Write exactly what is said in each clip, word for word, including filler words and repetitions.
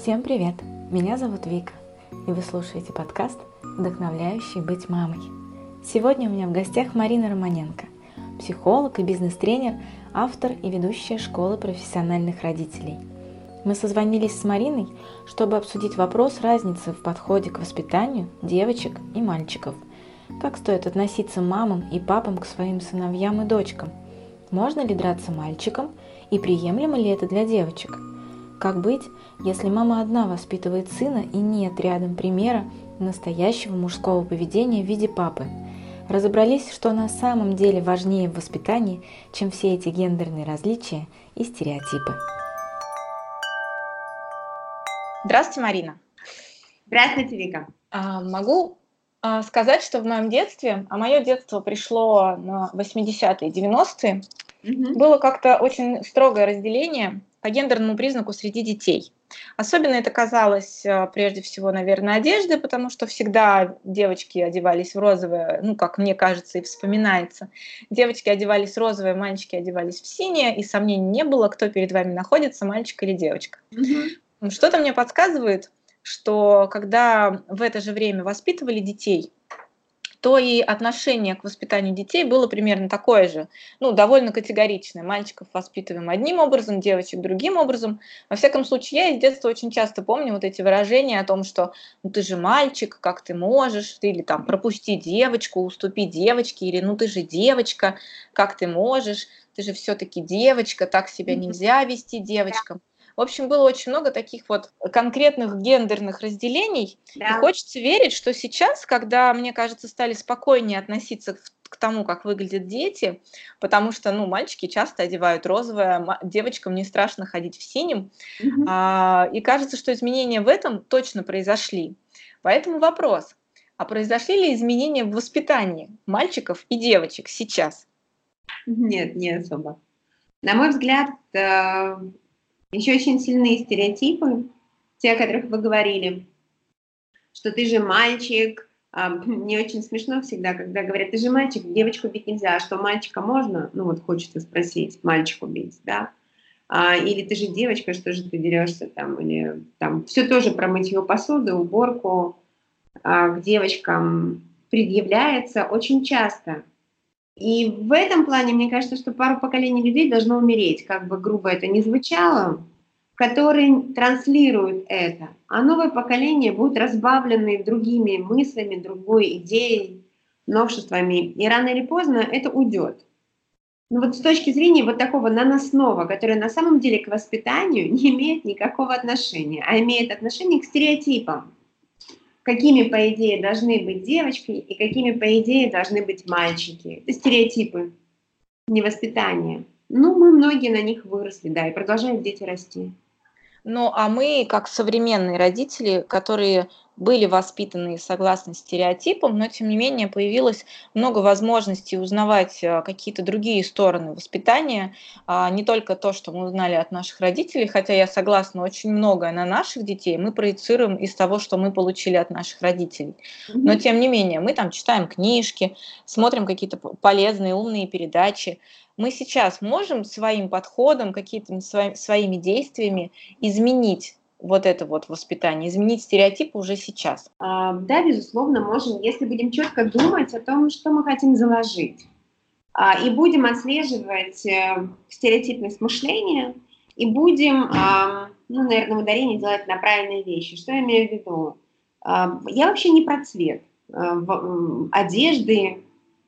Всем привет! Меня зовут Вика, и вы слушаете подкаст «Вдохновляющий быть мамой». Сегодня у меня в гостях Марина Романенко, психолог и бизнес-тренер, автор и ведущая школы профессиональных родителей. Мы созвонились с Мариной, чтобы обсудить вопрос разницы в подходе к воспитанию девочек и мальчиков. Как стоит относиться мамам и папам к своим сыновьям и дочкам? Можно ли драться мальчикам и приемлемо ли это для девочек? Как быть, если мама одна воспитывает сына и нет рядом примера настоящего мужского поведения в виде папы? Разобрались, что на самом деле важнее в воспитании, чем все эти гендерные различия и стереотипы. Здравствуйте, Марина. Здравствуйте, Вика. А, могу а, сказать, что в моем детстве, а мое детство пришло на восьмидесятые, девяностые, угу. было как-то очень строгое разделение по гендерному признаку среди детей. Особенно это казалось прежде всего, наверное, одежды, потому что всегда девочки одевались в розовое, ну, как мне кажется и вспоминается. Девочки одевались в розовое, мальчики одевались в синее, и сомнений не было, кто перед вами находится, мальчик или девочка. Mm-hmm. Что-то мне подсказывает, что когда в это же время воспитывали детей, то и отношение к воспитанию детей было примерно такое же, ну, довольно категоричное. Мальчиков воспитываем одним образом, девочек другим образом. Во всяком случае, я из детства очень часто помню вот эти выражения о том, что ну ты же мальчик, как ты можешь, или там пропусти девочку, уступи девочке, или ну ты же девочка, как ты можешь, ты же все-таки девочка, так себя нельзя вести девочкам. В общем, было очень много таких вот конкретных гендерных разделений. Да. И хочется верить, что сейчас, когда, мне кажется, стали спокойнее относиться к тому, как выглядят дети, потому что, ну, мальчики часто одевают розовое, девочкам не страшно ходить в синем, mm-hmm. а, и кажется, что изменения в этом точно произошли. Поэтому вопрос, а произошли ли изменения в воспитании мальчиков и девочек сейчас? Нет, не особо. На мой взгляд, еще очень сильные стереотипы, те, о которых вы говорили, что ты же мальчик. Мне очень смешно всегда, когда говорят, ты же мальчик, девочку бить нельзя, а что мальчика можно? Ну вот хочется спросить, мальчику бить, да? А, или ты же девочка, что же ты дерешься там? Или там все тоже про мытье посуды, уборку а, к девочкам предъявляется очень часто. И в этом плане, мне кажется, что пару поколений людей должно умереть, как бы грубо это ни звучало, которые транслируют это. А новое поколение будет разбавлено другими мыслями, другой идеей, новшествами. И рано или поздно это уйдет. Но вот с точки зрения вот такого наносного, которое на самом деле к воспитанию не имеет никакого отношения, а имеет отношение к стереотипам. Какими, по идее, должны быть девочки и какими, по идее, должны быть мальчики. Это стереотипы, не воспитание. Ну, мы многие на них выросли, да, и продолжают дети расти. Ну, а мы, как современные родители, которые были воспитаны согласно стереотипам, но, тем не менее, появилось много возможностей узнавать какие-то другие стороны воспитания, не только то, что мы узнали от наших родителей, хотя я согласна, очень многое на наших детей мы проецируем из того, что мы получили от наших родителей. Но, тем не менее, мы там читаем книжки, смотрим какие-то полезные, умные передачи. Мы сейчас можем своим подходом, какими-то своими, своими действиями изменить вот это вот воспитание, изменить стереотипы уже сейчас? А, да, безусловно, можем, если будем четко думать о том, что мы хотим заложить. А, и будем отслеживать э, стереотипность мышления, и будем, а, ну, наверное, ударение делать на правильные вещи. Что я имею в виду? А, я вообще не про цвет а, в, одежды,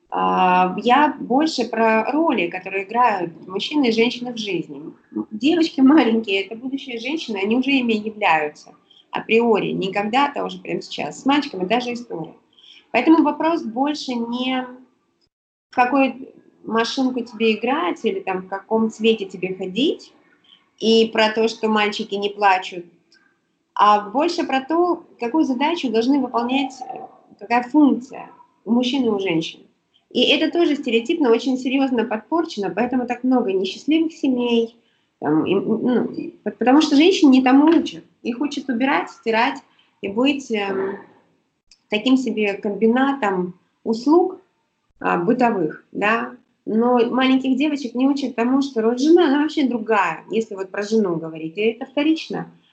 я больше про роли, которые играют мужчины и женщины в жизни. Девочки маленькие, это будущие женщины, они уже ими являются априори, не когда-то, а уже прямо сейчас. С мальчиками даже история. Поэтому вопрос больше не в какую машинку тебе играть или там в каком цвете тебе ходить, и про то, что мальчики не плачут, а больше про то, какую задачу должны выполнять, какая функция у мужчин и у женщин. И это тоже стереотипно очень серьезно подпорчено, поэтому так много несчастливых семей, там, и, ну, потому что женщин не тому учат. Их учат убирать, стирать и быть э, таким себе комбинатом услуг э, бытовых, да. Но маленьких девочек не учат тому, что роль жены, она вообще другая, если вот про жену говорить, и это вторично.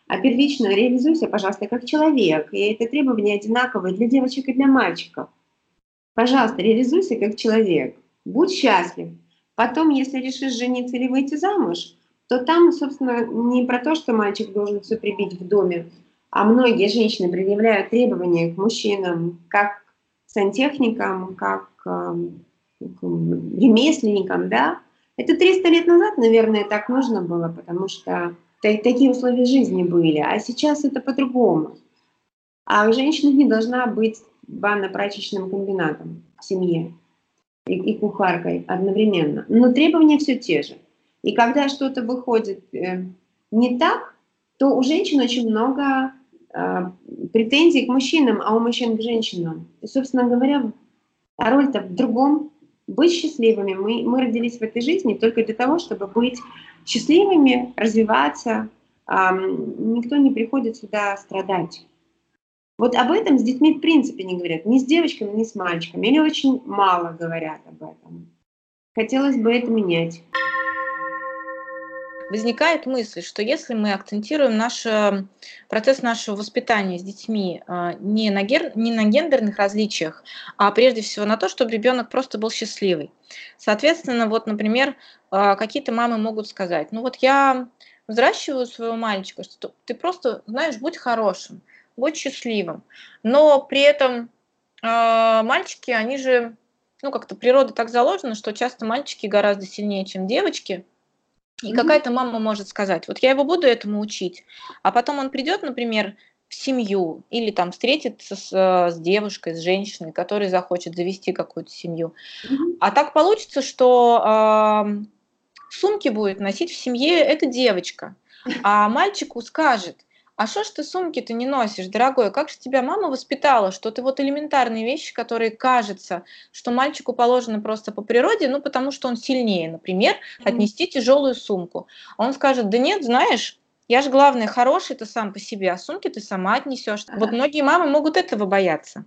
А первично реализуйся, пожалуйста, как человек. И это требования одинаковые для девочек и для мальчиков. Пожалуйста, реализуйся как человек. Будь счастлив. Потом, если решишь жениться или выйти замуж, то там, собственно, не про то, что мальчик должен все прибить в доме, а многие женщины предъявляют требования к мужчинам, как к сантехникам, как э, к ремесленникам, да. Это триста лет назад, наверное, так нужно было, потому что такие условия жизни были, а сейчас это по-другому. А женщина не должна быть банно-прачечным комбинатом в семье и, и кухаркой одновременно. Но требования все те же. И когда что-то выходит э, не так, то у женщин очень много э, претензий к мужчинам, а у мужчин к женщинам. И, собственно говоря, роль-то в другом. Быть счастливыми. Мы, мы родились в этой жизни только для того, чтобы быть счастливыми, развиваться. Эм, никто не приходит сюда страдать. Вот об этом с детьми в принципе не говорят. Ни с девочками, ни с мальчиками. Или очень мало говорят об этом. Хотелось бы это менять. Возникает мысль, что если мы акцентируем наш, процесс нашего воспитания с детьми не на, гер, не на гендерных различиях, а прежде всего на то, чтобы ребенок просто был счастливый. Соответственно, вот, например, какие-то мамы могут сказать, ну вот я взращиваю своего мальчика, что ты просто, знаешь, будь хорошим, будь счастливым. Но при этом мальчики, они же, ну как-то природа так заложена, что часто мальчики гораздо сильнее, чем девочки. И какая-то мама может сказать, вот я его буду этому учить, а потом он придет, например, в семью или там встретится с, с девушкой, с женщиной, которая захочет завести какую-то семью. А так получится, что э, сумки будет носить в семье эта девочка, а мальчику скажет, а что ж ты сумки-то не носишь, дорогой? Как же тебя мама воспитала, что ты вот элементарные вещи, которые кажется, что мальчику положено просто по природе, ну потому что он сильнее, например, отнести тяжелую сумку. Он скажет, да нет, знаешь, я же главное хороший ты сам по себе, а сумки ты сама отнесешь. Ага. Вот многие мамы могут этого бояться.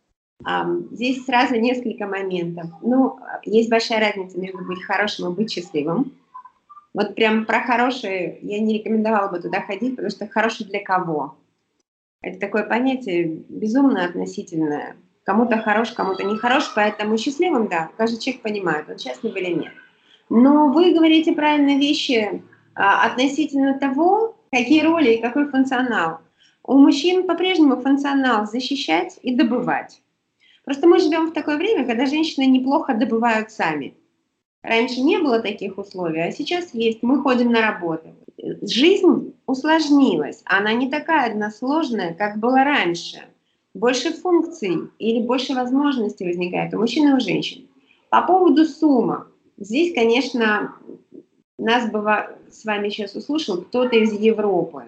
Здесь сразу несколько моментов. Ну, есть большая разница между быть хорошим и быть счастливым. Вот прям про хорошее я не рекомендовала бы туда ходить, потому что хороший для кого? Это такое понятие безумно относительное. Кому-то хорош, кому-то не хорош, поэтому счастливым, да, каждый человек понимает, он счастлив или нет. Но вы говорите правильные вещи а, относительно того, какие роли и какой функционал. У мужчин по-прежнему функционал защищать и добывать. Просто мы живем в такое время, когда женщины неплохо добывают сами. Раньше не было таких условий, а сейчас есть. Мы ходим на работу. Жизнь усложнилась. Она не такая односложная, как была раньше. Больше функций или больше возможностей возникает у мужчин и у женщин. По поводу сумок. Здесь, конечно, нас быва, с вами сейчас услышал кто-то из Европы.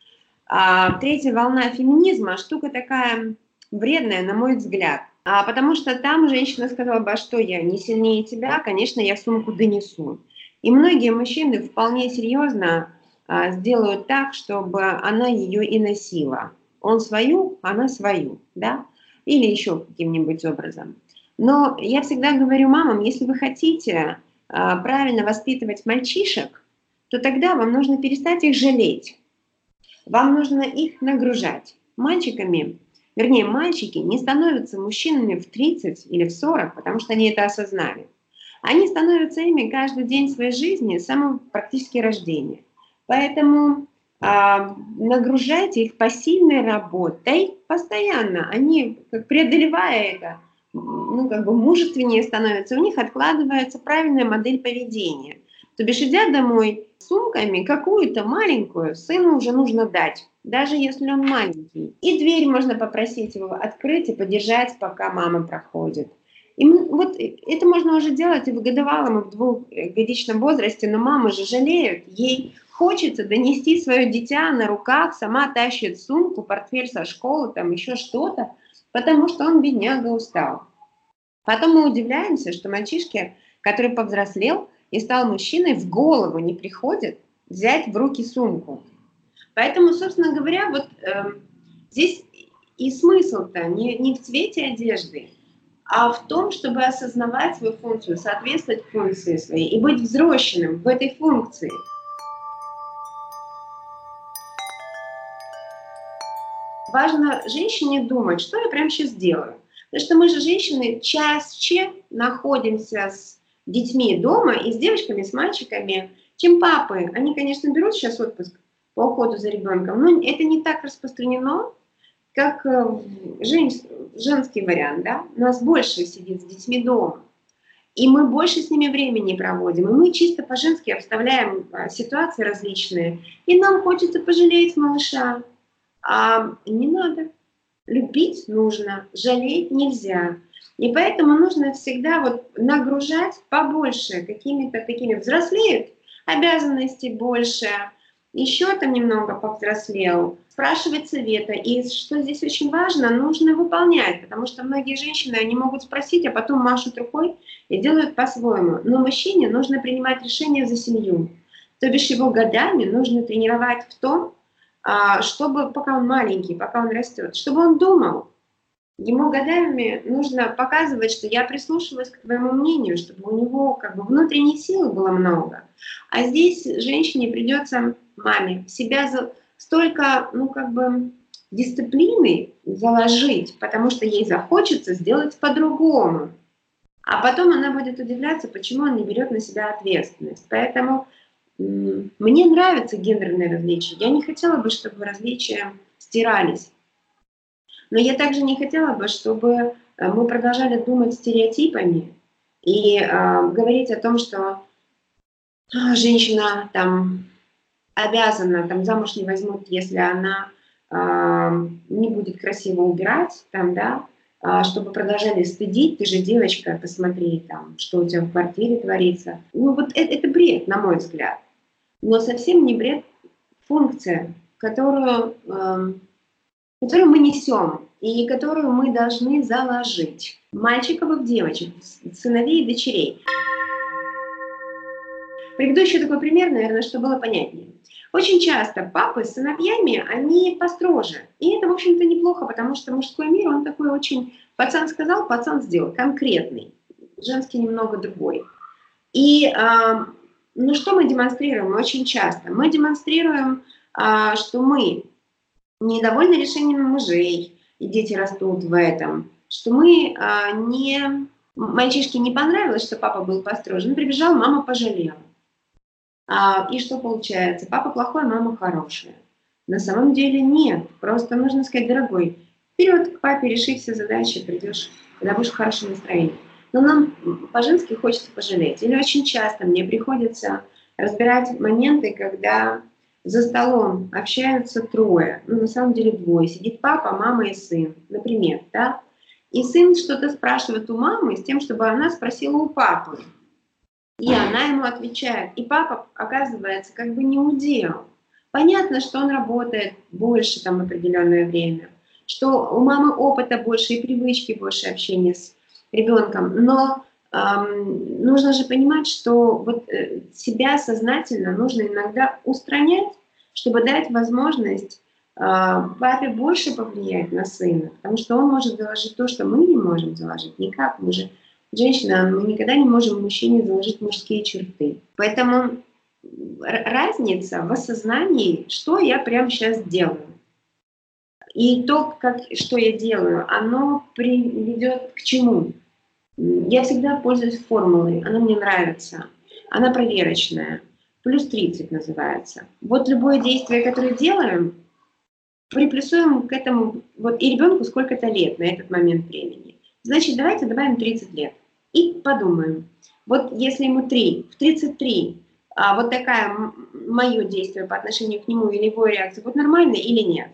А, третья волна феминизма – штука такая вредная, на мой взгляд. А, потому что там женщина сказала бы, а что я не сильнее тебя, конечно, я сумку донесу. И многие мужчины вполне серьезно а, сделают так, чтобы она ее и носила. Он свою, она свою, да? Или еще каким-нибудь образом. Но я всегда говорю мамам, если вы хотите а, правильно воспитывать мальчишек, то тогда вам нужно перестать их жалеть. Вам нужно их нагружать. Мальчиками, вернее, мальчики не становятся мужчинами в тридцать или в сорок, потому что они это осознали. Они становятся ими каждый день своей жизни с самого практически рождения. Поэтому а, нагружайте их пассивной работой постоянно. Они, как преодолевая это, ну, как бы мужественнее становятся, у них откладывается правильная модель поведения. То бишь, идя домой с сумками, какую-то маленькую сыну уже нужно дать, даже если он маленький. И дверь можно попросить его открыть и подержать, пока мама проходит. И вот это можно уже делать и в годовалом, и в двухгодичном возрасте, но мамы же жалеют, ей хочется донести свое дитя на руках, сама тащит сумку, портфель со школы, там еще что-то, потому что он, бедняга, устал. Потом мы удивляемся, что мальчишке, который повзрослел и стал мужчиной, в голову не приходит взять в руки сумку. Поэтому, собственно говоря, вот э, здесь и смысл-то не, не в цвете одежды, а в том, чтобы осознавать свою функцию, соответствовать функции своей и быть взросленным в этой функции. Важно женщине думать, что я прямо сейчас делаю. Потому что мы же, женщины, чаще находимся с детьми дома и с девочками, с мальчиками, чем папы. Они, конечно, берут сейчас отпуск по уходу за ребенком, но это не так распространено, как жен, женский вариант. Да? У нас больше сидит с детьми дома. И мы больше с ними времени проводим. И мы чисто по-женски обставляем ситуации различные. И нам хочется пожалеть малыша. А не надо. Любить нужно, жалеть нельзя. И поэтому нужно всегда вот нагружать побольше какими-то такими. Взрослеют, обязанностей больше, еще там немного повзрослел, спрашивать совета. И что здесь очень важно, нужно выполнять, потому что многие женщины, они могут спросить, а потом машут рукой и делают по-своему. Но мужчине нужно принимать решения за семью. То бишь его годами нужно тренировать в том, чтобы, пока он маленький, пока он растет, чтобы он думал. Ему годами нужно показывать, что я прислушиваюсь к твоему мнению, чтобы у него как бы внутренней силы было много. А здесь женщине придется, маме, себя за столько, ну как бы, дисциплины заложить, потому что ей захочется сделать по-другому. А потом она будет удивляться, почему он не берет на себя ответственность. Поэтому мне нравятся гендерные различия. Я не хотела бы, чтобы различия стирались. Но я также не хотела бы, чтобы мы продолжали думать стереотипами и э, говорить о том, что э, женщина там обязана, там замуж не возьмут, если она э, не будет красиво убирать, там, да, э, чтобы продолжали стыдить, ты же девочка, посмотри, там, что у тебя в квартире творится. Ну вот это, это бред, на мой взгляд. Но совсем не бред, функция, которую, э, которую мы несем и которую мы должны заложить. Мальчиков и девочек, сыновей и дочерей. Приведу еще такой пример, наверное, чтобы было понятнее. Очень часто папы с сыновьями, они построже. И это, в общем-то, неплохо, потому что мужской мир, он такой очень, пацан сказал, пацан сделал, конкретный. Женский немного другой. И... Э, Ну, что мы демонстрируем очень часто? Мы демонстрируем, а, что мы недовольны решением мужей, и дети растут в этом, что мы а, не... Мальчишке не понравилось, что папа был построже, он прибежал, мама пожалела. А, и что получается? Папа плохой, мама хорошая. На самом деле нет, просто нужно сказать, дорогой, вперед к папе, реши все задачи, придешь, когда будешь в хорошем настроении. Но нам по-женски хочется пожалеть. Или очень часто мне приходится разбирать моменты, когда за столом общаются трое, ну на самом деле двое. Сидит папа, мама и сын, например, да? И сын что-то спрашивает у мамы с тем, чтобы она спросила у папы. И она ему отвечает. И папа, оказывается, как бы не удел. Понятно, что он работает больше там определенное время, что у мамы опыта больше и привычки больше общения с ребенком, но эм, нужно же понимать, что вот э, себя сознательно нужно иногда устранять, чтобы дать возможность э, папе больше повлиять на сына, потому что он может заложить то, что мы не можем заложить никак. Мы же женщина, мы никогда не можем мужчине заложить мужские черты. Поэтому разница в осознании, что я прямо сейчас делаю. И то, как, что я делаю, оно приведет к чему? Я всегда пользуюсь формулой, она мне нравится, она проверочная, плюс тридцать называется. Вот любое действие, которое делаем, приплюсуем к этому, вот и ребенку сколько-то лет на этот момент времени. Значит, давайте добавим тридцать лет и подумаем. Вот если ему три, в тридцать три, а вот такая мое действие по отношению к нему или его реакция, вот нормально или нет?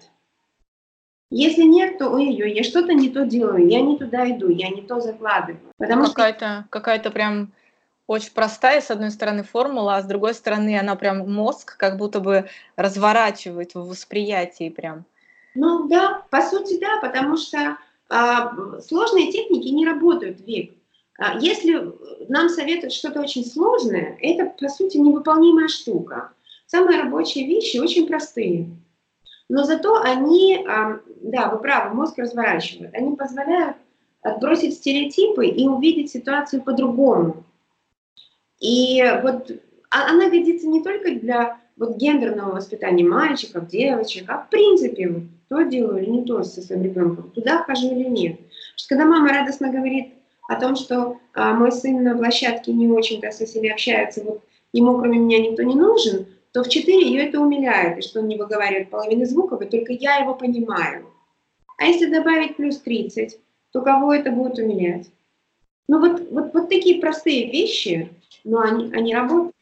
Если нет, то ой-ой-ой, я что-то не то делаю, я не туда иду, я не то закладываю. Потому какая-то, что... какая-то прям очень простая, с одной стороны, формула, а с другой стороны, она прям мозг как будто бы разворачивает в восприятии прям. Ну да, по сути да, потому что а, сложные техники не работают век. А, если нам советуют что-то очень сложное, это по сути невыполнимая штука. Самые рабочие вещи очень простые. Но зато они, да, вы правы, мозг разворачивают, они позволяют отбросить стереотипы и увидеть ситуацию по-другому. И вот она годится не только для вот гендерного воспитания мальчиков, девочек, а в принципе, вот, то делаю или не то со своим ребенком, туда хожу или нет. Потому что когда мама радостно говорит о том, что а, мой сын на площадке не очень-то со всеми общается, вот ему кроме меня никто не нужен, то в четыре ее это умиляет, и что он не выговаривает половины звуков, и только я его понимаю. А если добавить плюс тридцать, то кого это будет умилять? Ну вот, вот, вот такие простые вещи, но они, они работают.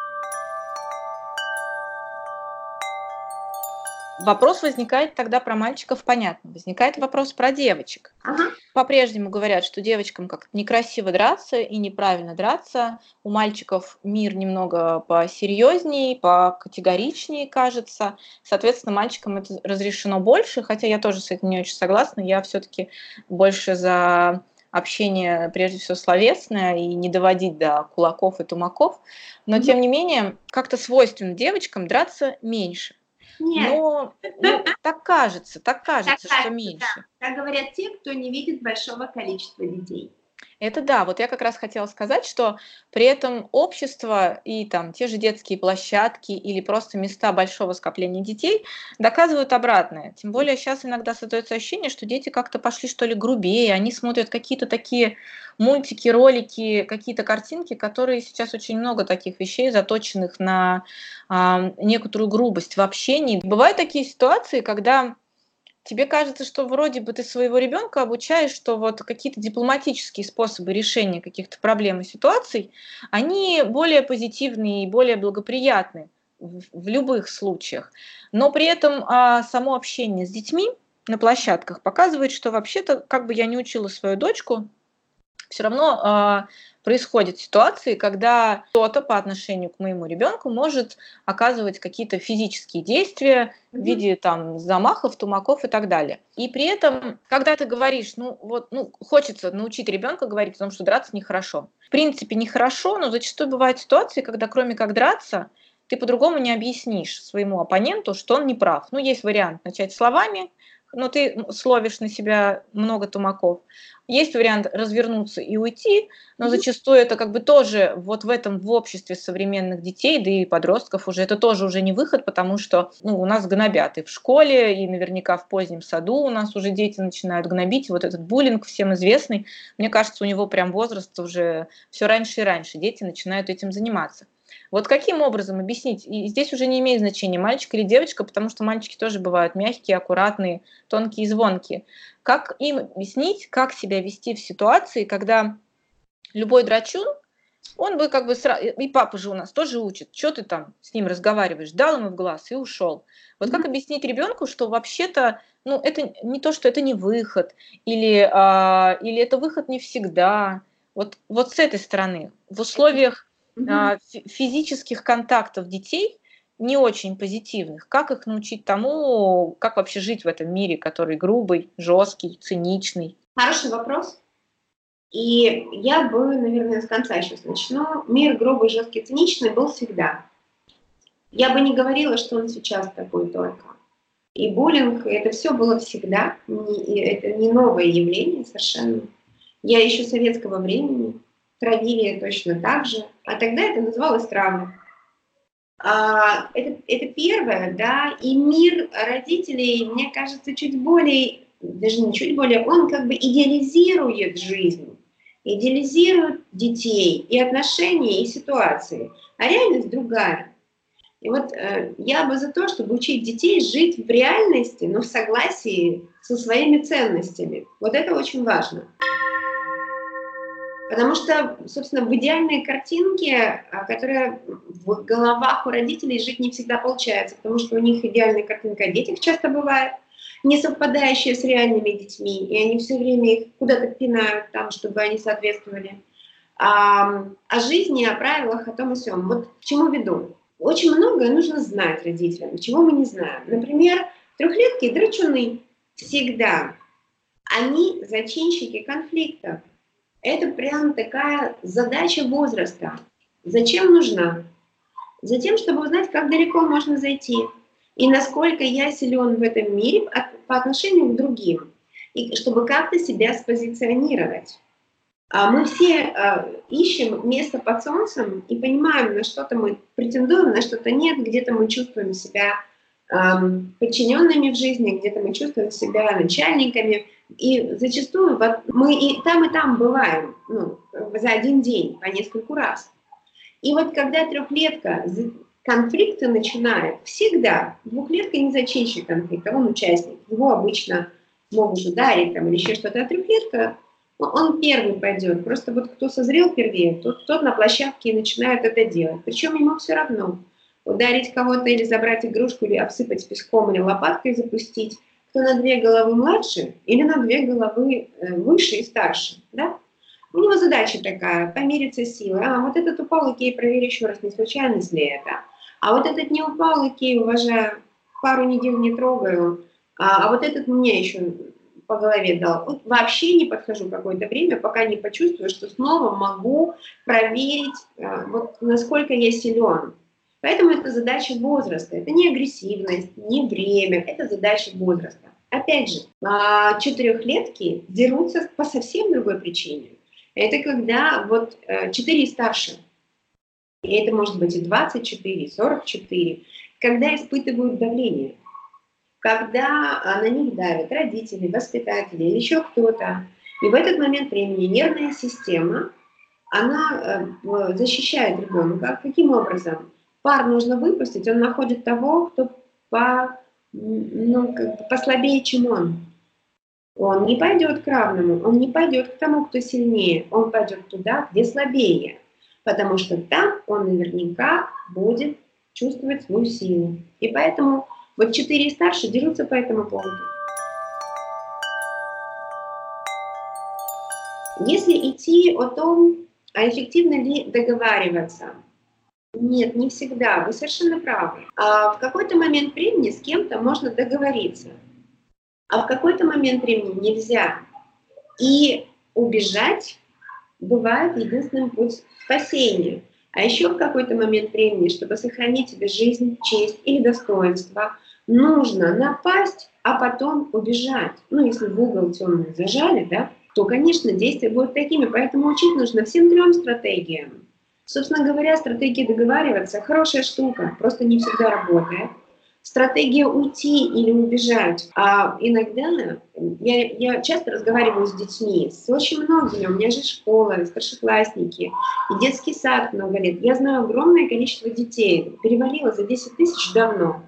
Вопрос возникает тогда про мальчиков, понятно. Возникает вопрос про девочек. Ага. По-прежнему говорят, что девочкам как-то некрасиво драться и неправильно драться. У мальчиков мир немного посерьезнее, покатегоричнее, кажется. Соответственно, мальчикам это разрешено больше, хотя я тоже с этим не очень согласна. Я все-таки больше за общение, прежде всего, словесное, и не доводить до кулаков и тумаков. Но, тем не менее, как-то свойственно девочкам драться меньше. Нет. Но ну, так кажется, так кажется, так, что меньше. Да. Так говорят те, кто не видит большого количества детей. Это да, вот я как раз хотела сказать, что при этом общество и там те же детские площадки или просто места большого скопления детей доказывают обратное. Тем более сейчас иногда создается ощущение, что дети как-то пошли что ли грубее, они смотрят какие-то такие мультики, ролики, какие-то картинки, которые сейчас очень много таких вещей, заточенных на а, некоторую грубость в общении. Бывают такие ситуации, когда тебе кажется, что вроде бы ты своего ребенка обучаешь, что вот какие-то дипломатические способы решения каких-то проблем и ситуаций, они более позитивные и более благоприятны в, в любых случаях. Но при этом а, само общение с детьми на площадках показывает, что вообще-то, как бы я не учила свою дочку, все равно а, происходят ситуации, когда кто-то по отношению к моему ребенку может оказывать какие-то физические действия в виде там замахов, тумаков и так далее. И при этом, когда ты говоришь, ну вот, ну хочется научить ребенка говорить о том, что драться нехорошо. В принципе, нехорошо, но зачастую бывают ситуации, когда кроме как драться, ты по-другому не объяснишь своему оппоненту, что он не прав. Ну, есть вариант начать словами, но ты словишь на себя много тумаков. Есть вариант развернуться и уйти, но зачастую это как бы тоже вот в этом в обществе современных детей, да и подростков уже, это тоже уже не выход, потому что ну, у нас гнобят и в школе, и наверняка в позднем саду у нас уже дети начинают гнобить. Вот этот буллинг всем известный, мне кажется, у него прям возраст уже все раньше и раньше, дети начинают этим заниматься. Вот каким образом объяснить? И здесь уже не имеет значения, мальчик или девочка, потому что мальчики тоже бывают мягкие, аккуратные, тонкие и звонкие. Как им объяснить, как себя вести в ситуации, когда любой драчун, он бы как бы сразу, и папа же у нас тоже учит, что ты там с ним разговариваешь, дал ему в глаз и ушел. Вот как объяснить ребенку, что вообще-то, ну, это не то, что это не выход, или, а, или это выход не всегда. Вот, вот с этой стороны, в условиях а, физических контактов детей, не очень позитивных, как их научить тому, как вообще жить в этом мире, который грубый, жесткий, циничный? Хороший вопрос. И я бы, наверное, с конца сейчас начну. Мир грубый, жесткий, циничный был всегда. Я бы не говорила, что он сейчас такой только. И буллинг, это все было всегда. Не, это не новое явление совершенно. Я еще советского времени травили точно так же. А тогда это называлось травма. А, это, это первое, да. И мир родителей, мне кажется, чуть более, даже не чуть более, он как бы идеализирует жизнь. Идеализируют детей, и отношения, и ситуации. А реальность другая. И вот э, я бы за то, чтобы учить детей жить в реальности, но в согласии со своими ценностями. Вот это очень важно. Потому что, собственно, в идеальной картинке, которая в головах у родителей жить не всегда получается, потому что у них идеальная картинка о детях часто бывает, не совпадающие с реальными детьми, и они все время их куда-то пинают там, чтобы они соответствовали. А, о жизни, о правилах, о том и сём. Вот к чему веду. Очень многое нужно знать родителям, чего мы не знаем. Например, трехлетки драчуны всегда. Они зачинщики конфликтов. Это прям такая задача возраста. Зачем нужна? Затем, чтобы узнать, как далеко можно зайти. И насколько я силен в этом мире по отношению к другим. И чтобы как-то себя спозиционировать. А мы все а, ищем место под солнцем и понимаем, на что-то мы претендуем, на что-то нет, где-то мы чувствуем себя эм, подчиненными в жизни, где-то мы чувствуем себя начальниками. И зачастую вот, мы и там, и там бываем ну, за один день по нескольку раз. И вот когда трехлетка конфликты начинает, всегда, двухлетка не зачинщик конфликта, он участник, его обычно могут ударить там, или еще что-то, а трехлетка, ну, он первый пойдет. Просто вот кто созрел первее, тот, тот на площадке и начинает это делать. Причем ему все равно. Ударить кого-то или забрать игрушку, или обсыпать песком, или лопаткой запустить. Кто на две головы младше или на две головы выше и старше. Да? У него задача такая, помериться силой. А, вот этот упал, окей, проверь еще раз, не случайность ли это. А вот этот не упал, окей, уважаю, пару недель не трогаю. А, а вот этот мне еще по голове дал. Вот вообще не подхожу какое-то время, пока не почувствую, что снова могу проверить, вот, насколько я силен. Поэтому это задача возраста. Это не агрессивность, не время, это задача возраста. Опять же, четырехлетки дерутся по совсем другой причине. Это когда вот четыре и старше, и это может быть и двадцать четыре, и сорок четыре, когда испытывают давление. Когда на них давят родители, воспитатели или еще кто-то. И в этот момент времени нервная система, она защищает ребенка. Каким образом? Пар нужно выпустить, он находит того, кто по, ну, как бы послабее, чем он. Он не пойдет к равному, он не пойдет к тому, кто сильнее, он пойдет туда, где слабее. Потому что там он наверняка будет чувствовать свою силу. И поэтому вот четыре и старше дерутся по этому поводу. Если идти о том, а эффективно ли договариваться, нет, не всегда, вы совершенно правы. А в какой-то момент времени с кем-то можно договориться, а в какой-то момент времени нельзя. И убежать бывает единственным путем спасения. А еще в какой-то момент времени, чтобы сохранить себе жизнь, честь или достоинство, нужно напасть, а потом убежать. Ну, если в угол темный зажали, да, то, конечно, действия будут такими. Поэтому учить нужно всем трем стратегиям. Собственно говоря, стратегия договариваться – хорошая штука, просто не всегда работает. Стратегия уйти или убежать. А иногда я, я часто разговариваю с детьми, с очень многими. У меня же школа, старшеклассники, и детский сад много лет. Я знаю огромное количество детей, перевалило за десять тысяч давно.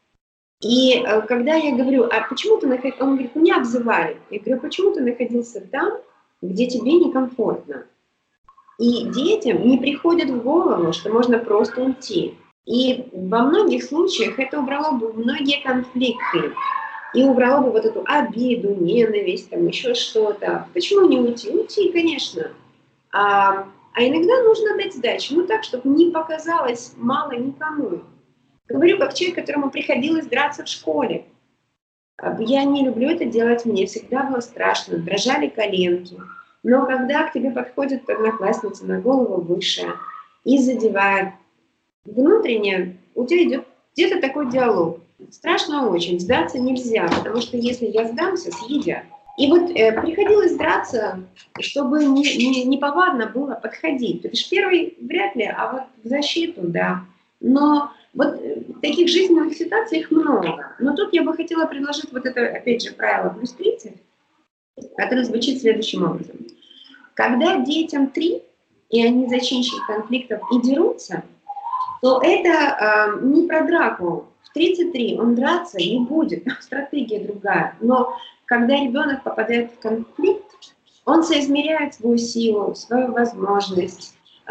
И когда я говорю, а почему ты находился, он говорит, меня обзывали. Я говорю, почему ты находился там, где тебе некомфортно? И детям не приходит в голову, что можно просто уйти. И во многих случаях это убрало бы многие конфликты. И убрало бы вот эту обиду, ненависть, там еще что-то. Почему не уйти? Уйти, конечно. А, а иногда нужно дать сдачу. Ну так, чтобы не показалось мало никому. Говорю, как человек, которому приходилось драться в школе. Я не люблю это делать, мне всегда было страшно, дрожали коленки. Но когда к тебе подходит одноклассница на голову выше и задевает, внутренне у тебя идет где-то такой диалог. Страшно очень, сдаться нельзя, потому что если я сдамся, съедят. И вот э, приходилось драться, чтобы не, не, не повадно было подходить. То есть первый вряд ли, а вот в защиту, да. Но вот э, таких жизненных ситуаций их много. Но тут я бы хотела предложить вот это, опять же, правило плюс тридцать, которое звучит следующим образом. Когда детям три, и они зачинщики конфликтов и дерутся, то это э, не про драку. В тридцать три он драться не будет, стратегия другая. Но когда ребенок попадает в конфликт, он соизмеряет свою силу, свою возможность, э,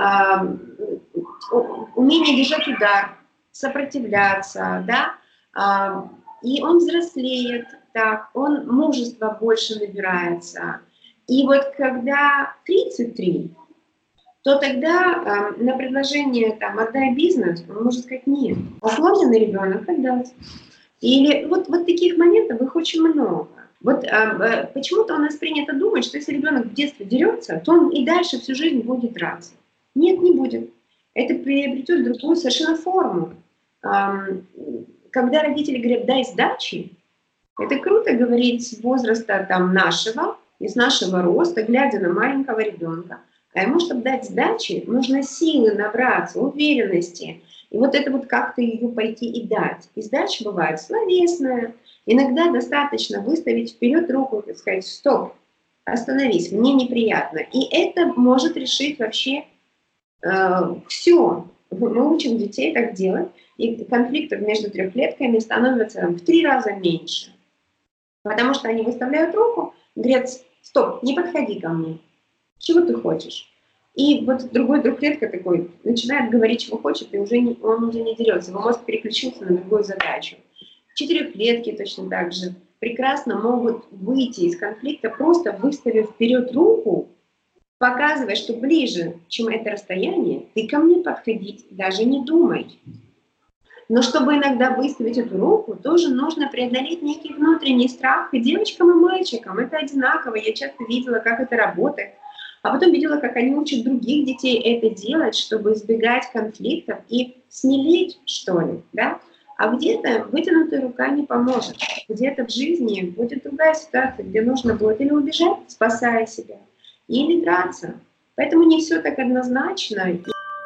умение держать удар, сопротивляться, да, э, и он взрослеет, так, он мужество больше набирается. И вот когда тридцать три, то тогда э, на предложение там, «отдай бизнес» он может сказать «нет». Осломленный ребенок отдаст. Или вот, вот таких моментов их очень много. Вот э, почему-то у нас принято думать, что если ребенок в детстве дерется, то он и дальше всю жизнь будет драться. Нет, не будет. Это приобретет другую совершенно форму. Э, когда родители говорят «дай сдачи», это круто говорить с возраста там, нашего, из нашего роста, глядя на маленького ребенка. А ему, чтобы дать сдачи, нужно силы набраться, уверенности. И вот это вот как-то ее пойти и дать. И сдача бывает словесная. Иногда достаточно выставить вперед руку и сказать: стоп, остановись, мне неприятно. И это может решить вообще э, все. Мы учим детей так делать, и конфликтов между трехлетками становится в три раза меньше. Потому что они выставляют руку, говорят: стоп, не подходи ко мне. Чего ты хочешь? И вот другой трехлетка такой начинает говорить, чего хочет, и уже не, он уже не дерется. Его мозг переключился на другую задачу. Четырехлетки точно так же прекрасно могут выйти из конфликта, просто выставив вперед руку, показывая, что ближе, чем это расстояние, ты ко мне подходить даже не думай. Но чтобы иногда выставить эту руку, тоже нужно преодолеть некий внутренний страх. И девочкам, и мальчикам это одинаково. Я часто видела, как это работает. А потом видела, как они учат других детей это делать, чтобы избегать конфликтов и смелеть, что ли, да? А где-то вытянутая рука не поможет. Где-то в жизни будет другая ситуация, где нужно будет или убежать, спасая себя, или драться. Поэтому не все так однозначно.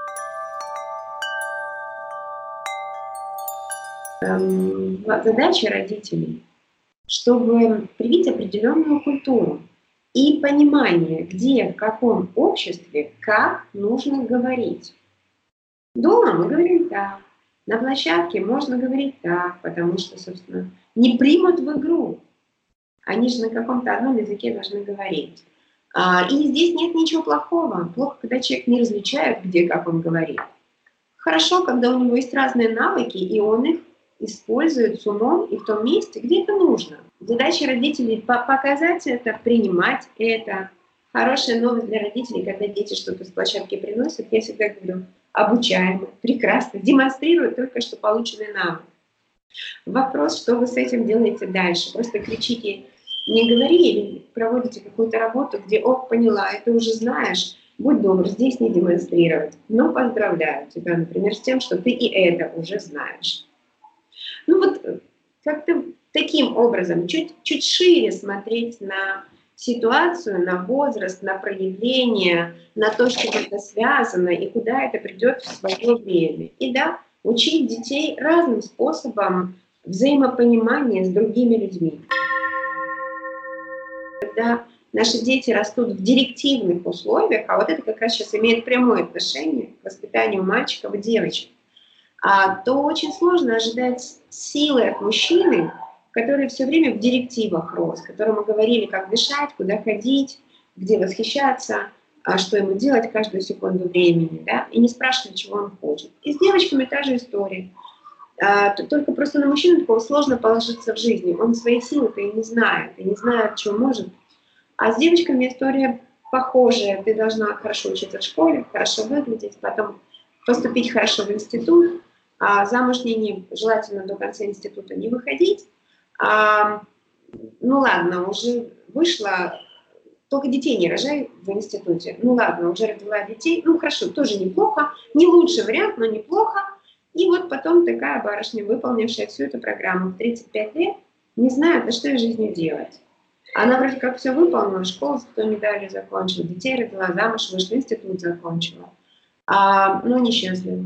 Задача родителей, чтобы привить определенную культуру и понимание, где, в каком обществе, как нужно говорить. Дома мы говорим так, на площадке можно говорить так, потому что, собственно, не примут в игру. Они же на каком-то одном языке должны говорить. И здесь нет ничего плохого. Плохо, когда человек не различает, где, как он говорит. Хорошо, когда у него есть разные навыки, и он их использует с умом и в том месте, где это нужно. Задача родителей показать это, принимать это. Хорошая новость для родителей, когда дети что-то с площадки приносят, я всегда говорю: обучаемо, прекрасно, демонстрируют только что полученный навык. Вопрос, что вы с этим делаете дальше. Просто кричите, не говори, или проводите какую-то работу, где: ох, поняла, это уже знаешь, будь добр, здесь не демонстрировать. Но поздравляю тебя, например, с тем, что ты и это уже знаешь. Ну вот как-то таким образом, чуть, чуть шире смотреть на ситуацию, на возраст, на проявление, на то, что это связано и куда это придет в свое время. И да, учить детей разным способом взаимопонимания с другими людьми. Когда наши дети растут в директивных условиях, а вот это как раз сейчас имеет прямое отношение к воспитанию мальчиков и девочек, а, то очень сложно ожидать силы от мужчины, который все время в директивах рос, которому говорили, как дышать, куда ходить, где восхищаться, а что ему делать каждую секунду времени, да, и не спрашивали, чего он хочет. И с девочками та же история. А, только просто на мужчину такого сложно положиться в жизни. Он свои силы-то и не знает, и не знает, что может. А с девочками история похожая. Ты должна хорошо учиться в школе, хорошо выглядеть, потом поступить хорошо в институт, а замуж не, не желательно до конца института не выходить. А, ну ладно, уже вышла, только детей не рожай в институте. Ну ладно, уже родила детей, ну хорошо, тоже неплохо, не лучший вариант, но неплохо. И вот потом такая барышня, выполнившая всю эту программу в тридцать пять лет, не знает, а что ей в жизни делать. Она вроде как все выполнила, школу с медалью закончила, детей родила, замуж вышла, институт закончила, а, но несчастлива.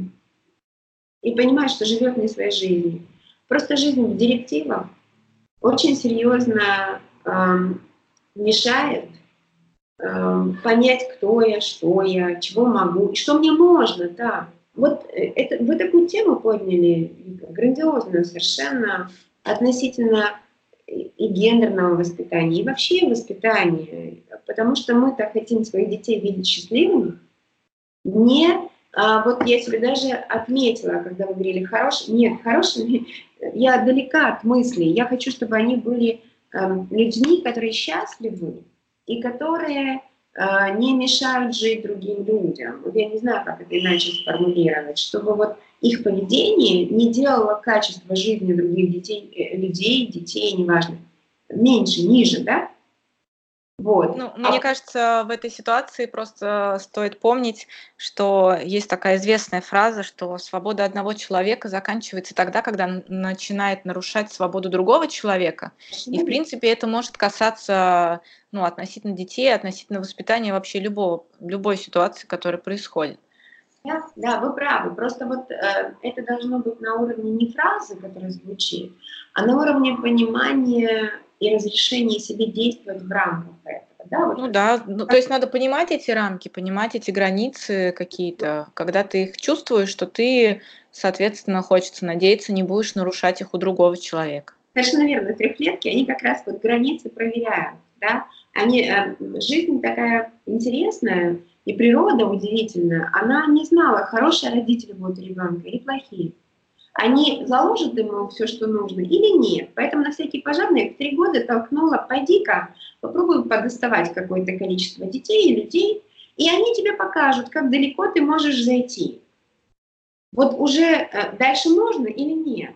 И понимает, что живет не своей жизнью. Просто жизнь в директивах очень серьезно э, мешает э, понять, кто я, что я, чего могу, и что мне можно, да. Вот это, вы такую тему подняли, грандиозную совершенно, относительно и гендерного воспитания, и вообще воспитания, потому что мы-то хотим своих детей видеть счастливыми. Не, а, вот я себе даже отметила, когда вы говорили хорошие, нет, хорошими, я далека от мыслей, я хочу, чтобы они были э, людьми, которые счастливы и которые э, не мешают жить другим людям. Я не знаю, как это иначе сформулировать, чтобы вот их поведение не делало качество жизни других детей, людей, детей, неважно, меньше, ниже, да? Вот. Ну, мне кажется, в этой ситуации просто стоит помнить, что есть такая известная фраза, что свобода одного человека заканчивается тогда, когда н- начинает нарушать свободу другого человека. И, в принципе, это может касаться, ну, относительно детей, относительно воспитания вообще любого, любой ситуации, которая происходит. Да, да, вы правы. Просто вот э, это должно быть на уровне не фразы, которая звучит, а на уровне понимания и разрешения себе действовать в рамках этого. Да, вот Ну да, ну, то есть надо понимать эти рамки, понимать эти границы какие-то. Когда ты их чувствуешь, что ты, соответственно, хочется надеяться, не будешь нарушать их у другого человека. совершенно верно, трехлетки, они как раз вот границы проверяют, да, они, э, жизнь такая интересная, и природа удивительная, она не знала, хорошие родители будут у ребенка или плохие. Они заложат ему все, что нужно, или нет. Поэтому на всякий пожарный в три года толкнула, пойди-ка, попробуй подоставать какое-то количество детей и людей, и они тебе покажут, как далеко ты можешь зайти. Вот уже э, дальше можно или нет.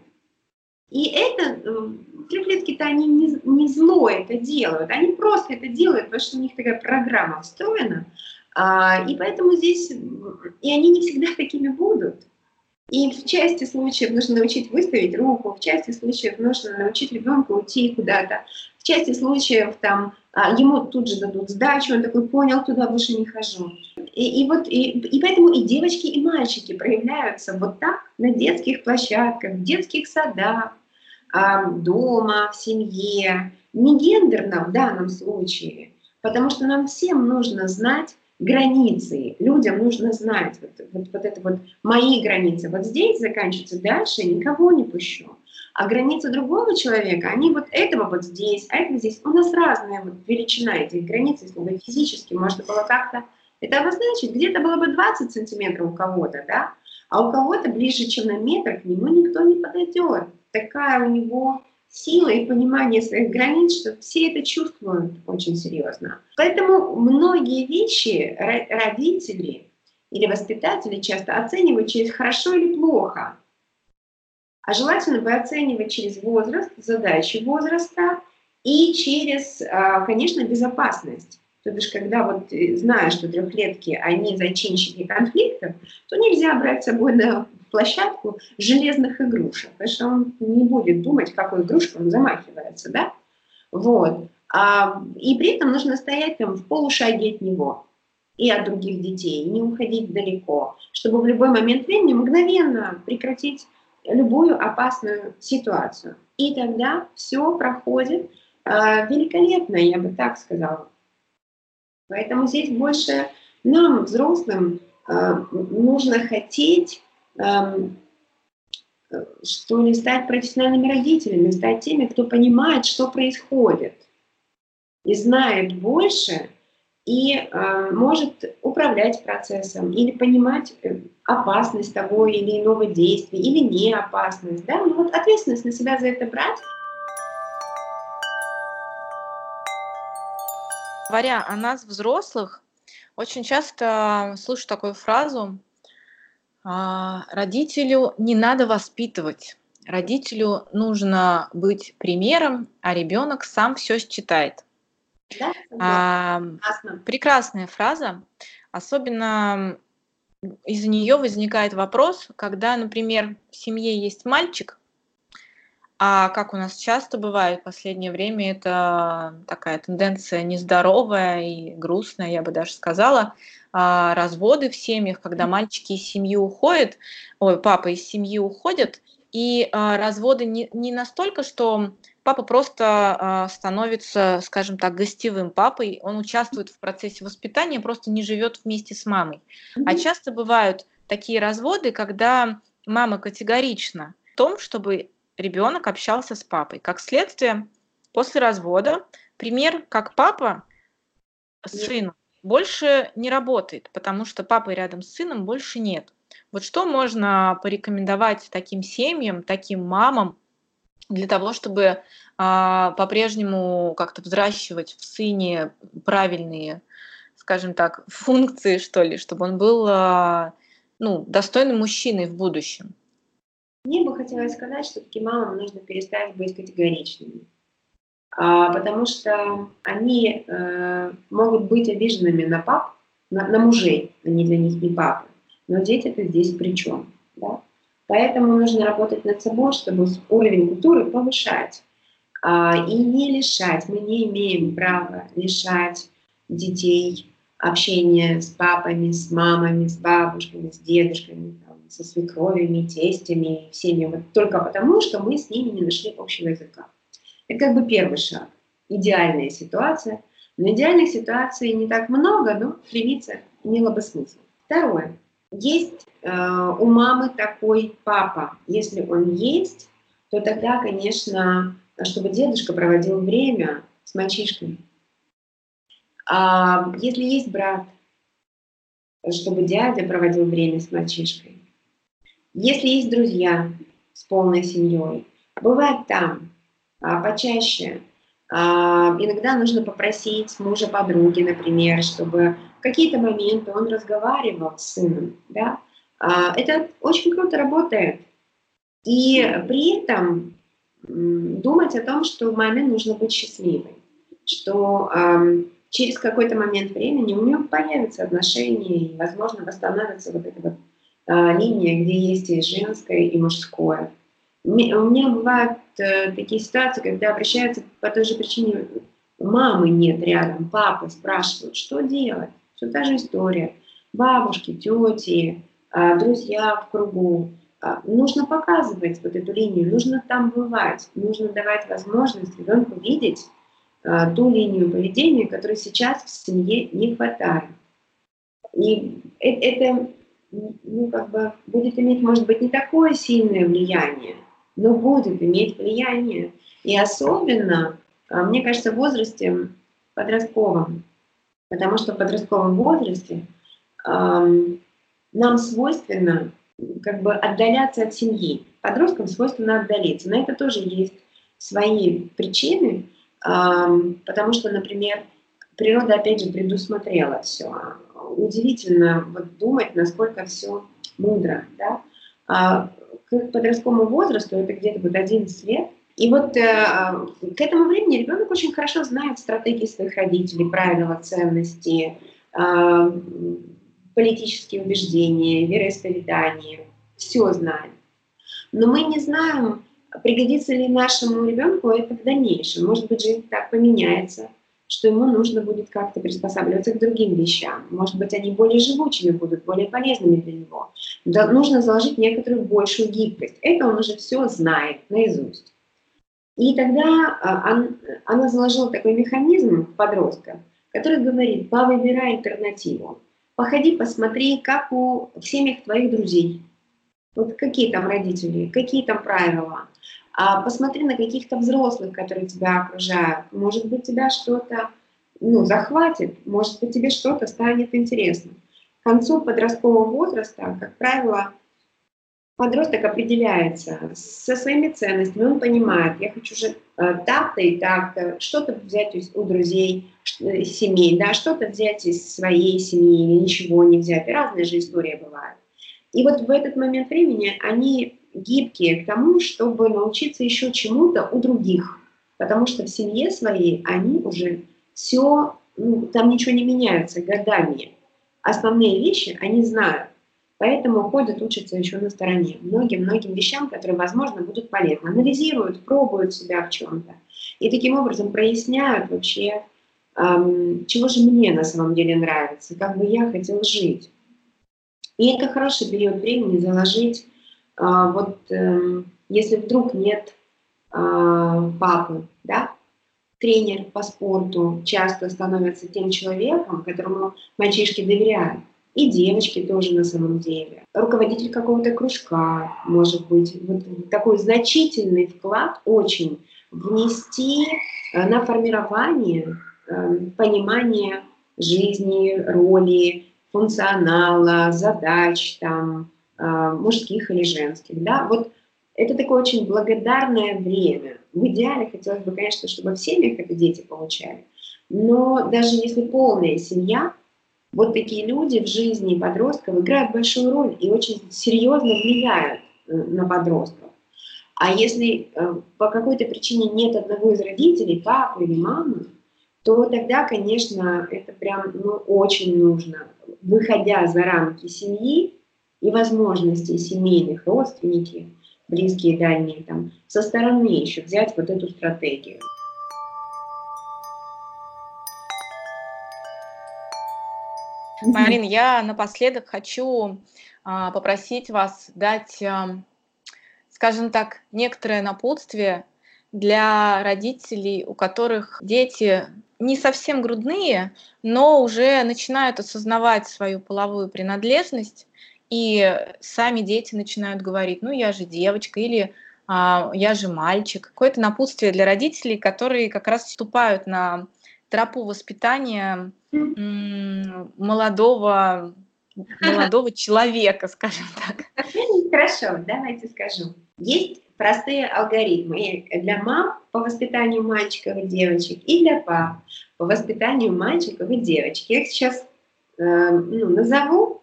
И это, э, трехлетки-то они не, не зло это делают, они просто это делают, потому что у них такая программа встроена, а, и поэтому здесь, и они не всегда такими будут. И в части случаев нужно научить выставить руку, в части случаев нужно научить ребенка уйти куда-то, в части случаев там, а, ему тут же дадут сдачу, он такой понял, туда больше не хожу. И, и вот и, и поэтому и девочки, и мальчики проявляются вот так на детских площадках, в детских садах, а, дома, в семье, не гендерно в данном случае, потому что нам всем нужно знать границы, людям нужно знать вот, вот, вот это вот мои границы. Вот здесь заканчиваются, дальше никого не пущу. А границы другого человека, они вот этого вот здесь, а это здесь. У нас разная вот величина этих границ, если бы физически можно было как-то это обозначить. Где-то было бы двадцать сантиметров у кого-то, да, а у кого-то ближе, чем на метр, к нему никто не подойдет. Такая у него сила и понимание своих границ, что все это чувствуют очень серьезно. Поэтому многие вещи родители или воспитатели часто оценивают через хорошо или плохо. А желательно бы оценивать через возраст, задачи возраста и через, конечно, безопасность. То бишь, когда вот знаешь, что трехлетки, они зачинщики конфликтов, то нельзя брать с собой на площадку железных игрушек, потому что он не будет думать, какой игрушкой он замахивается, да? Вот. А, и при этом нужно стоять там в полушаге от него и от других детей, не уходить далеко, чтобы в любой момент времени мгновенно прекратить любую опасную ситуацию. И тогда все проходит э, великолепно, я бы так сказала. Поэтому здесь больше нам, взрослым, э, нужно хотеть, э, что ли, стать профессиональными родителями, стать теми, кто понимает, что происходит, и знает больше, и э, может управлять процессом или понимать э, опасность того или иного действия, или не опасность. Да? Ну, вот ответственность на себя за это брать. Говоря о нас, взрослых, очень часто слышу такую фразу: а, родителю не надо воспитывать, родителю нужно быть примером, а ребенок сам все считает. Да? А, Классно. прекрасная фраза, особенно из-за нее возникает вопрос, когда, например, в семье есть мальчик, а как у нас часто бывает в последнее время, это такая тенденция нездоровая и грустная, я бы даже сказала, а, разводы в семьях, когда мальчики из семьи уходят, ой, папа из семьи уходит, и а, разводы не, не настолько, что папа просто а, становится, скажем так, гостевым папой, он участвует в процессе воспитания, просто не живет вместе с мамой. А Мгм. часто бывают такие разводы, когда мама категорична в том, чтобы ребенок общался с папой. Как следствие, после развода пример, как папа с Нет. сыном, больше не работает, потому что папы рядом с сыном больше нет. Вот что можно порекомендовать таким семьям, таким мамам для того, чтобы а, по-прежнему как-то взращивать в сыне правильные, скажем так, функции, что ли, чтобы он был а, ну, достойным мужчиной в будущем? Мне бы хотелось сказать, что таким мамам нужно перестать быть категоричными. а, потому что они а, могут быть обиженными на пап, на, на мужей, они для них не папы, но дети-то здесь при чем, да? Поэтому нужно работать над собой, чтобы уровень культуры повышать. А, и не лишать, мы не имеем права лишать детей общения с папами, с мамами, с бабушками, с дедушками, там, со свекровями, тестями, всеми, вот только потому, что мы с ними не нашли общего языка. Это как бы первый шаг. Идеальная ситуация. Но идеальных ситуаций не так много, но стремиться имело бы смысл. Второе. Есть э, у мамы такой папа. Если он есть, то тогда, конечно, чтобы дедушка проводил время с мальчишками. А если есть брат, чтобы дядя проводил время с мальчишкой. Если есть друзья с полной семьей, бывает там а, почаще. А, иногда нужно попросить мужа подруги, например, чтобы в какие-то моменты он разговаривал с сыном. Да? А, это очень круто работает. И при этом думать о том, что маме нужно быть счастливой, что э, через какой-то момент времени у нее появятся отношения, и, возможно, восстановится вот эта вот э, линия, где есть и женское, и мужское. У меня бывают э, такие ситуации, когда обращаются по той же причине, мамы нет рядом, папы спрашивают, что делать, все та же история, бабушки, тети, э, друзья в кругу. Нужно показывать вот эту линию, нужно там бывать, нужно давать возможность ребенку видеть а, ту линию поведения, которой сейчас в семье не хватает. И это, ну, как бы будет иметь, может быть, не такое сильное влияние, но будет иметь влияние. И особенно, а, мне кажется, в возрасте подростковом, потому что в подростковом возрасте а, нам свойственно как бы отдаляться от семьи. Подросткам свойственно отдалиться. На это тоже есть свои причины, потому что, например, природа, опять же, предусмотрела все. Удивительно вот думать, насколько все мудро. Да? А к подростковому возрасту, это где-то вот одиннадцать лет, и вот э, к этому времени ребенок очень хорошо знает стратегии своих родителей, правила, ценности, э, политические убеждения, вероисповедание, все знаем. Но мы не знаем, пригодится ли нашему ребенку это в дальнейшем. Может быть, жизнь так поменяется, что ему нужно будет как-то приспосабливаться к другим вещам. Может быть, они более живучими будут, более полезными для него. Да, нужно заложить некоторую большую гибкость. Это он уже все знает наизусть. И тогда он, она заложила такой механизм в подростка, который говорит: повыбирай альтернативу. Походи, посмотри, как у в семьях твоих друзей. Вот какие там родители, какие там правила. А посмотри на каких-то взрослых, которые тебя окружают. Может быть, тебя что-то ну, захватит, может быть, тебе что-то станет интересно. К концу подросткового возраста, как правило, подросток определяется со своими ценностями, он понимает, я хочу же так-то и так-то, что-то взять у друзей, семей, да, что-то взять из своей семьи или ничего не взять. Разная же история бывает. И вот в этот момент времени они гибкие к тому, чтобы научиться еще чему-то у других. Потому что в семье своей они уже все, ну, там ничего не меняется годами. Основные вещи они знают. Поэтому ходят, учатся еще на стороне. Многим-многим вещам, которые, возможно, будут полезны. Анализируют, пробуют себя в чем-то. И таким образом проясняют вообще, эм, чего же мне на самом деле нравится, как бы я хотел жить. И это хороший период времени заложить, э, вот э, если вдруг нет э, папы, да, тренер по спорту часто становится тем человеком, которому мальчишки доверяют. И девочки тоже на самом деле. Руководитель какого-то кружка, может быть, вот такой значительный вклад очень внести на формирование э, понимания жизни, роли, функционала, задач там, э, мужских или женских. Да? Вот это такое очень благодарное время. В идеале хотелось бы, конечно, чтобы в семьях это дети получали. Но даже если полная семья, вот такие люди в жизни подростков играют большую роль и очень серьезно влияют на подростков. А если э, по какой-то причине нет одного из родителей, папы или мамы, то тогда, конечно, это прям ну, очень нужно, выходя за рамки семьи и возможностей семейных, родственники, близкие, дальние, там, со стороны еще взять вот эту стратегию. Марин, я напоследок хочу а, попросить вас дать, а, скажем так, некоторое напутствие для родителей, у которых дети не совсем грудные, но уже начинают осознавать свою половую принадлежность, и сами дети начинают говорить: ну я же девочка, или а, я же мальчик. Какое-то напутствие для родителей, которые как раз вступают на тропу воспитания м, молодого, молодого человека, скажем так. Хорошо, давайте скажу. Есть простые алгоритмы для мам по воспитанию мальчиков и девочек, и для пап по воспитанию мальчиков и девочек. Я их сейчас э, ну, назову.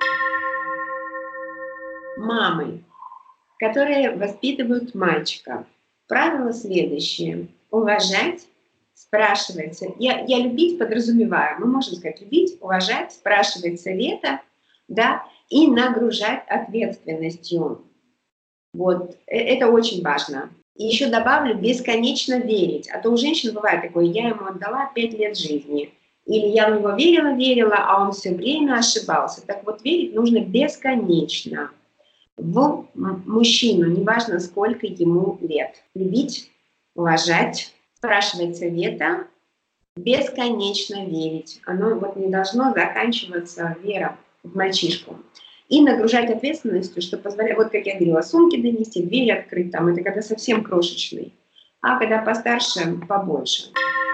Мамы, которые воспитывают мальчиков. Правило следующее. Уважать, спрашивать. Я, я любить подразумеваю. Мы можем сказать любить, уважать, спрашивать совета, да, и нагружать ответственностью. Вот, это очень важно. И еще добавлю, бесконечно верить. А то у женщин бывает такое: я ему отдала пять лет жизни. Или я в него верила, верила, а он все время ошибался. Так вот, верить нужно бесконечно в мужчину, неважно, сколько ему лет. Любить, уважать, спрашивать совета, бесконечно верить. Оно вот не должно заканчиваться, вера в мальчишку. И нагружать ответственностью, что позволяет, вот как я говорила, сумки донести, дверь открыть, там, это когда совсем крошечный. А когда постарше, побольше.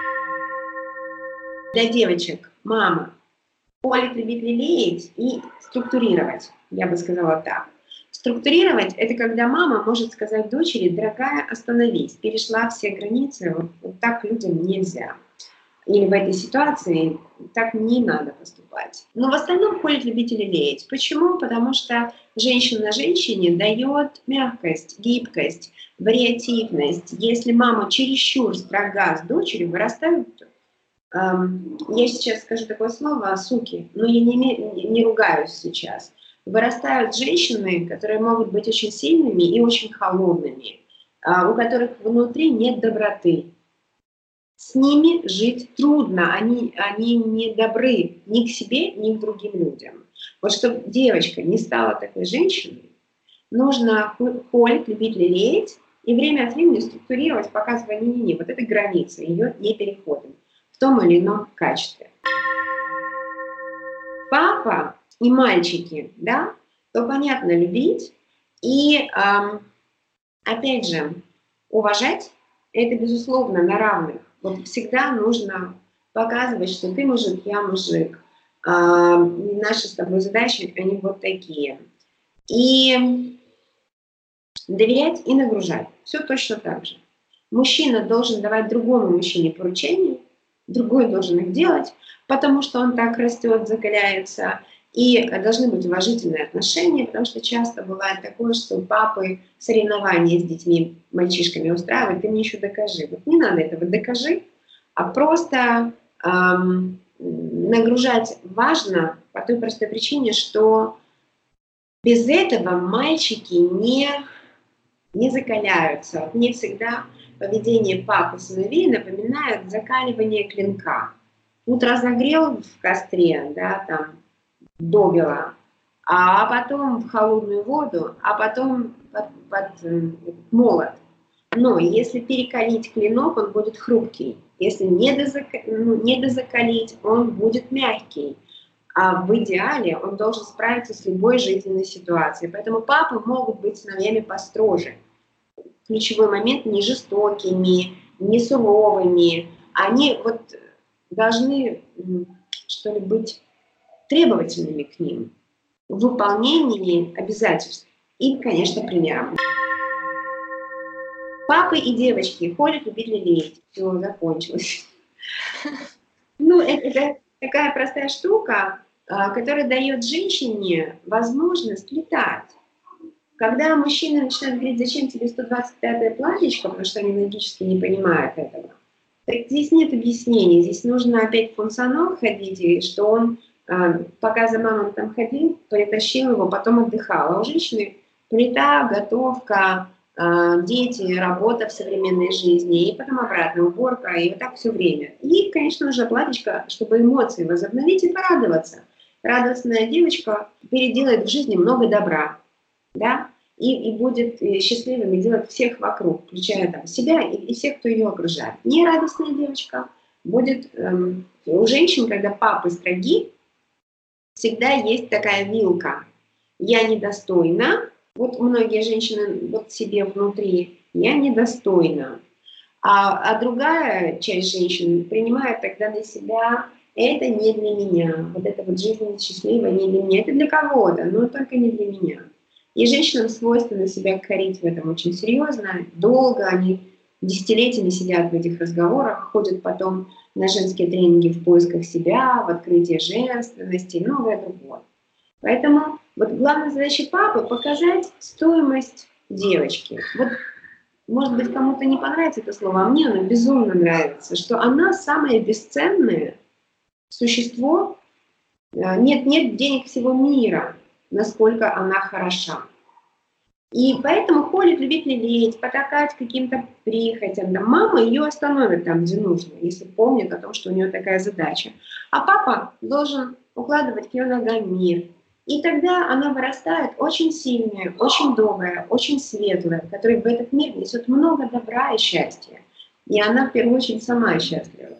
Для девочек мама полит, любить, лелеять и структурировать, я бы сказала так. Структурировать – это когда мама может сказать дочери: дорогая, остановись, перешла все границы, вот, вот так людям нельзя. Или в этой ситуации так не надо поступать. Но в остальном холит, любить и лелеять. Почему? Потому что женщина женщине дает мягкость, гибкость, вариативность. Если мама чересчур строга с дочерью, вырастают, эм, я сейчас скажу такое слово, суки, но я не, не, не ругаюсь сейчас. Вырастают женщины, которые могут быть очень сильными и очень холодными, э, у которых внутри нет доброты. С ними жить трудно, они, они не добры ни к себе, ни к другим людям. Вот чтобы девочка не стала такой женщиной, нужно холить, любить, лелеять и время от времени структурировать, показывая: не-не-не, вот эта граница, ее не переходим в том или ином качестве. Папа и мальчики, да, то понятно любить и, эм, опять же, уважать, это безусловно на равных. Вот всегда нужно показывать, что ты мужик, я мужик. А, наши с тобой задачи, они вот такие. И доверять и нагружать. Все точно так же. Мужчина должен давать другому мужчине поручения, другой должен их делать, потому что он так растет, закаляется. И должны быть уважительные отношения, потому что часто бывает такое, что папы соревнования с детьми, мальчишками устраивают: ты мне еще докажи. Вот не надо этого докажи, а просто эм, нагружать важно по той простой причине, что без этого мальчики не, не закаляются. Вот мне всегда поведение папы сыновей напоминает закаливание клинка. Вот разогрел в костре, да, там, добила, а потом в холодную воду, а потом под, под молот. Но если перекалить клинок, он будет хрупкий. Если не, дозака... ну, не дозакалить, он будет мягкий. А в идеале он должен справиться с любой жизненной ситуацией. Поэтому папы могут быть сыновьями построже. Ключевой момент: не жестокими, не суровыми. Они вот должны, что ли, быть требовательными к ним в выполнении обязательств и, конечно, примером. Папы и девочки ходят, любить, лелеять. Все, закончилось. Ну, это, это такая простая штука, которая дает женщине возможность летать. Когда мужчины начинают говорить, зачем тебе сто двадцать пятое платьечко, потому что они логически не понимают этого, так здесь нет объяснений, здесь нужно опять в функционал ходить, и что он, пока за мамой там ходил, притащил его, потом отдыхал. А у женщины плита, готовка, дети, работа в современной жизни, и потом обратно уборка, и вот так все время. И, конечно, нужно платьечко, чтобы эмоции возобновить и порадоваться. Радостная девочка переделает в жизни много добра, да, и, и будет счастливым и делать всех вокруг, включая там, себя и, и всех, кто ее окружает. Нерадостная девочка будет... Эм, у женщин, когда папы строги, всегда есть такая вилка. Я недостойна. Вот многие женщины вот себе внутри, я недостойна. А, а другая часть женщин принимает тогда на себя, это не для меня. Вот эта вот жизнь счастливая не для меня. Это для кого-то, но только не для меня. И женщинам свойственно себя корить в этом очень серьезно, долго, они десятилетиями сидят в этих разговорах, ходят потом на женские тренинги в поисках себя, в открытии женственности и многое другое. Поэтому вот главная задача папы — показать стоимость девочки. Вот, может быть, кому-то не понравится это слово, а мне оно безумно нравится, что она самое бесценное существо, нет, нет денег всего мира, насколько она хороша. И поэтому ходит, любит лелеять, потакать каким-то прихотям. Да, мама ее остановит там, где нужно, если помнит о том, что у нее такая задача. А папа должен укладывать к ее ногам мир. И тогда она вырастает очень сильная, очень добрая, очень светлая, которая в этот мир несет много добра и счастья. И она в первую очередь сама счастлива.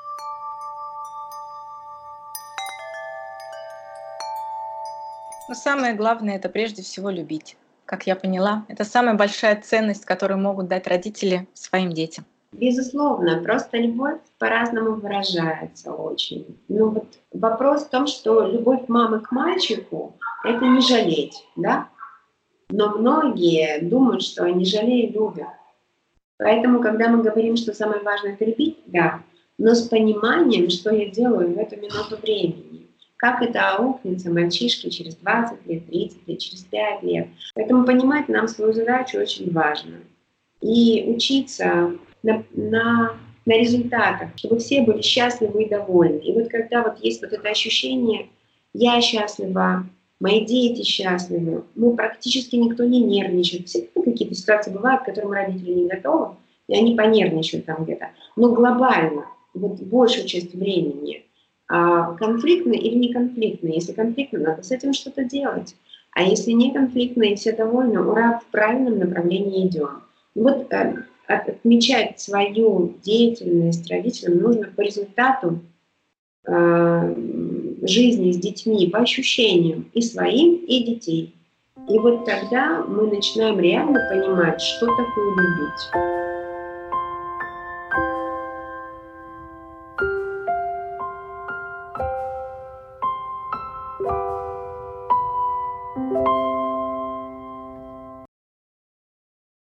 Но самое главное — это прежде всего любить. Как я поняла, это самая большая ценность, которую могут дать родители своим детям. Безусловно, просто любовь по-разному выражается очень. Но вот вопрос в том, что любовь мамы к мальчику — это не жалеть, да? Но многие думают, что не жалея любят. Поэтому, когда мы говорим, что самое важное — это любить, да, но с пониманием, что я делаю в эту минуту времени. Как это аукнется мальчишке через двадцать лет, тридцать лет, через пять лет. Поэтому понимать нам свою задачу очень важно. И учиться на, на, на результатах, чтобы все были счастливы и довольны. И вот когда вот есть вот это ощущение «я счастлива», «мои дети счастливы», ну, практически никто не нервничает. Всегда какие-то ситуации бывают, к которым родители не готовы, и они понервничают там где-то. Но глобально, вот большую часть времени, конфликтно или не конфликтно. Если конфликтно, надо с этим что-то делать. А если не конфликтно и все довольны, ура, в правильном направлении идем. Вот э, отмечать свою деятельность родителям нужно по результату э, жизни с детьми, по ощущениям и своим, и детей. И вот тогда мы начинаем реально понимать, что такое любить.